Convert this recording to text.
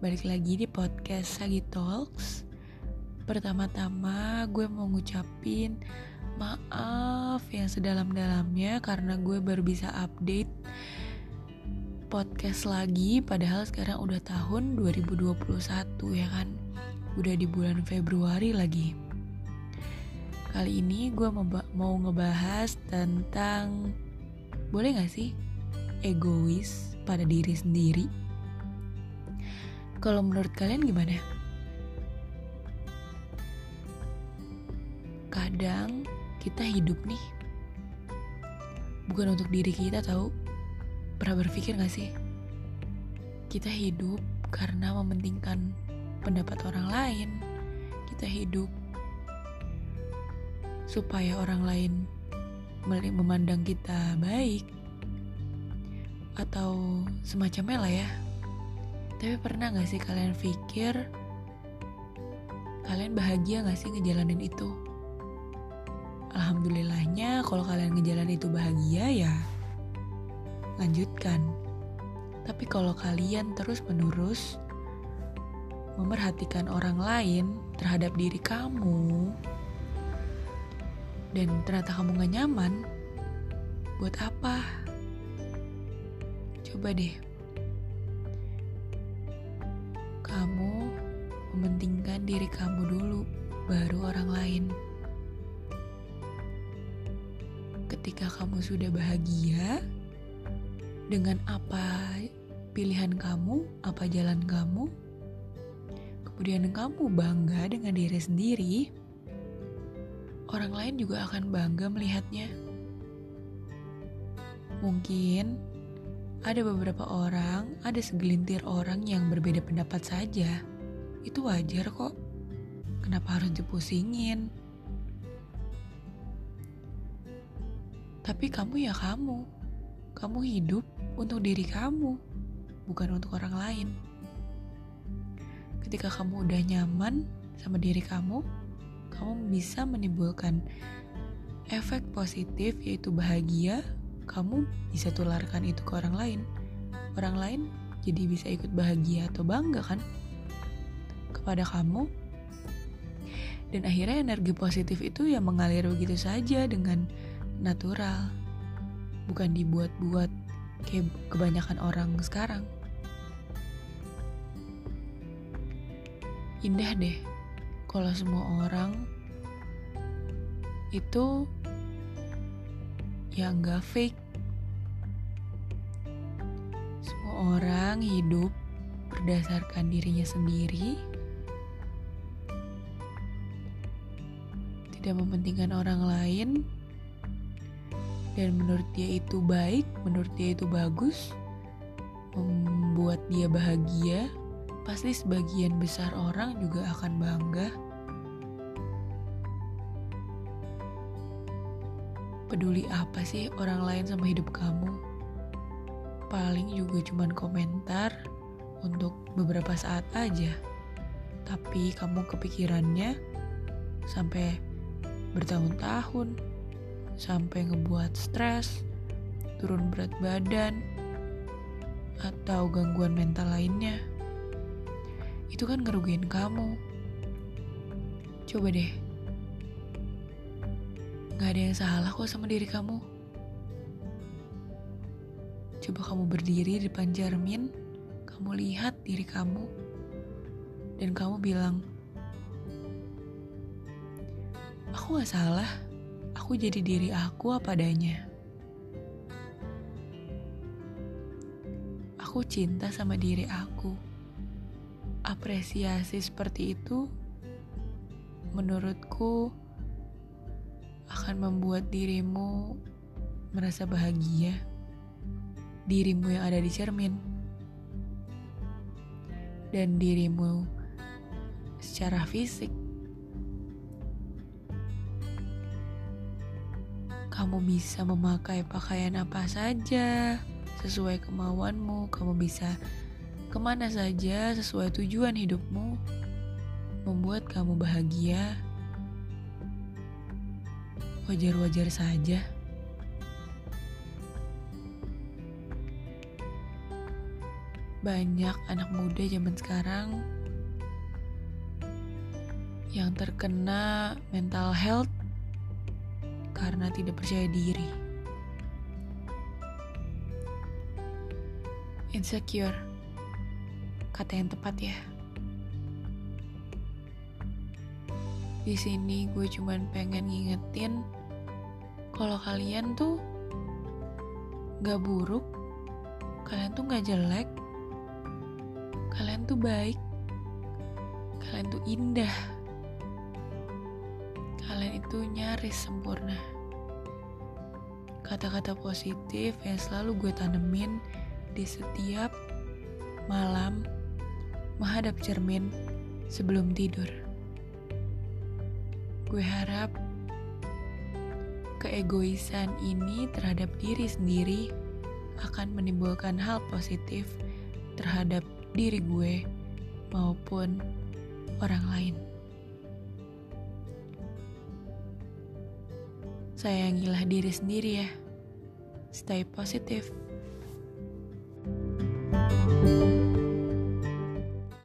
balik lagi di podcast Sagi Talks. Pertama-tama gue mau ngucapin maaf yang sedalam-dalamnya karena gue baru bisa update podcast lagi. Padahal sekarang udah tahun 2021 ya kan. Udah di bulan Februari lagi. Kali ini gue mau ngebahas tentang, boleh gak sih egois pada diri sendiri? Kalau menurut kalian gimana? Kadang kita hidup nih bukan untuk diri kita tahu. Pernah berpikir gak sih? Kita hidup karena mementingkan pendapat orang lain. Kita hidup supaya orang lain memandang kita baik atau semacamnya lah ya. Tapi pernah gak sih kalian pikir kalian bahagia gak sih ngejalanin itu? Alhamdulillahnya kalau kalian ngejalanin itu bahagia ya lanjutkan. Tapi kalau kalian terus-menerus memerhatikan orang lain terhadap diri kamu dan ternyata kamu gak nyaman, buat apa? Coba deh kamu mementingkan diri kamu dulu, baru orang lain. Ketika kamu sudah bahagia dengan apa pilihan kamu, apa jalan kamu, kemudian kamu bangga dengan diri sendiri, orang lain juga akan bangga melihatnya. Mungkin ada beberapa orang, ada segelintir orang yang berbeda pendapat saja. Itu wajar kok. Kenapa harus dipusingin? Tapi kamu ya kamu. Kamu hidup untuk diri kamu, bukan untuk orang lain. Ketika kamu udah nyaman sama diri kamu bisa menimbulkan efek positif yaitu bahagia. Kamu bisa tularkan itu ke orang lain. Orang lain jadi bisa ikut bahagia atau bangga kan kepada kamu. Dan akhirnya energi positif itu ya mengalir begitu saja dengan natural. Bukan dibuat-buat kayak kebanyakan orang sekarang. Indah deh kalau semua orang itu yang gak fake. Semua orang hidup berdasarkan dirinya sendiri, tidak mementingkan orang lain, dan menurut dia itu baik, menurut dia itu bagus, membuat dia bahagia. Pasti sebagian besar orang juga akan bangga. Peduli apa sih orang lain sama hidup kamu? Paling juga cuman komentar untuk beberapa saat aja. Tapi kamu kepikirannya sampai bertahun-tahun, sampai ngebuat stres, turun berat badan, atau gangguan mental lainnya. Itu kan ngerugiin kamu. Coba deh, gak ada yang salah kok sama diri kamu. Coba kamu berdiri di depan cermin, kamu lihat diri kamu, dan kamu bilang, aku gak salah, aku jadi diri aku apa adanya. Aku cinta sama diri aku. Apresiasi seperti itu menurutku akan membuat dirimu merasa bahagia. Dirimu yang ada di cermin dan dirimu secara fisik. Kamu bisa memakai pakaian apa saja sesuai kemauanmu. Kamu bisa kemana saja sesuai tujuan hidupmu. Membuat kamu bahagia. Wajar-wajar saja. banyak anak muda zaman sekarang yang terkena mental health karena tidak percaya diri. Insecure, kata yang tepat ya. Di sini gue cuman pengen ngingetin kalau kalian tuh gak buruk, kalian tuh gak jelek, kalian tuh baik, kalian tuh indah, kalian itu nyaris sempurna. Kata-kata positif yang selalu gue tanemin di setiap malam menghadap cermin sebelum tidur. Gue harap keegoisan ini terhadap diri sendiri akan menimbulkan hal positif terhadap diri gue maupun orang lain. Sayangilah diri sendiri ya. Stay positive.